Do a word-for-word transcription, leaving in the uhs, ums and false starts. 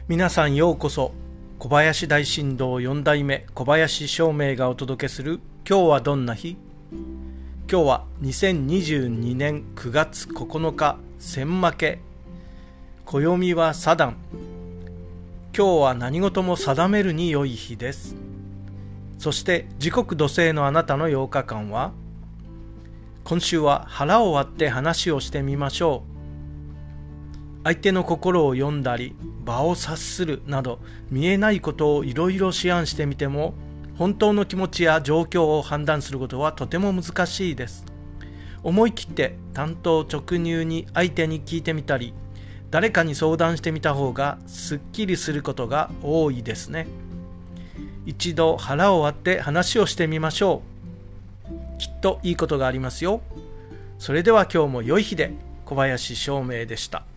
皆さんようこそ。小林大震動よん代目小林照明がお届けする今日はどんな日。今日はにせんにじゅうにねんくがつここのか、千負け。暦はサダン。今日は何事も定めるに良い日です。そして時刻土星のあなたのようかかんは、今週は腹を割って話をしてみましょう。相手の心を読んだり場を察するなど、見えないことをいろいろ思案してみても、本当の気持ちや状況を判断することはとても難しいです。思い切って単刀直入に相手に聞いてみたり、誰かに相談してみた方がすっきりすることが多いですね。一度腹を割って話をしてみましょう。きっといいことがありますよ。それでは今日も良い日で。小林照明でした。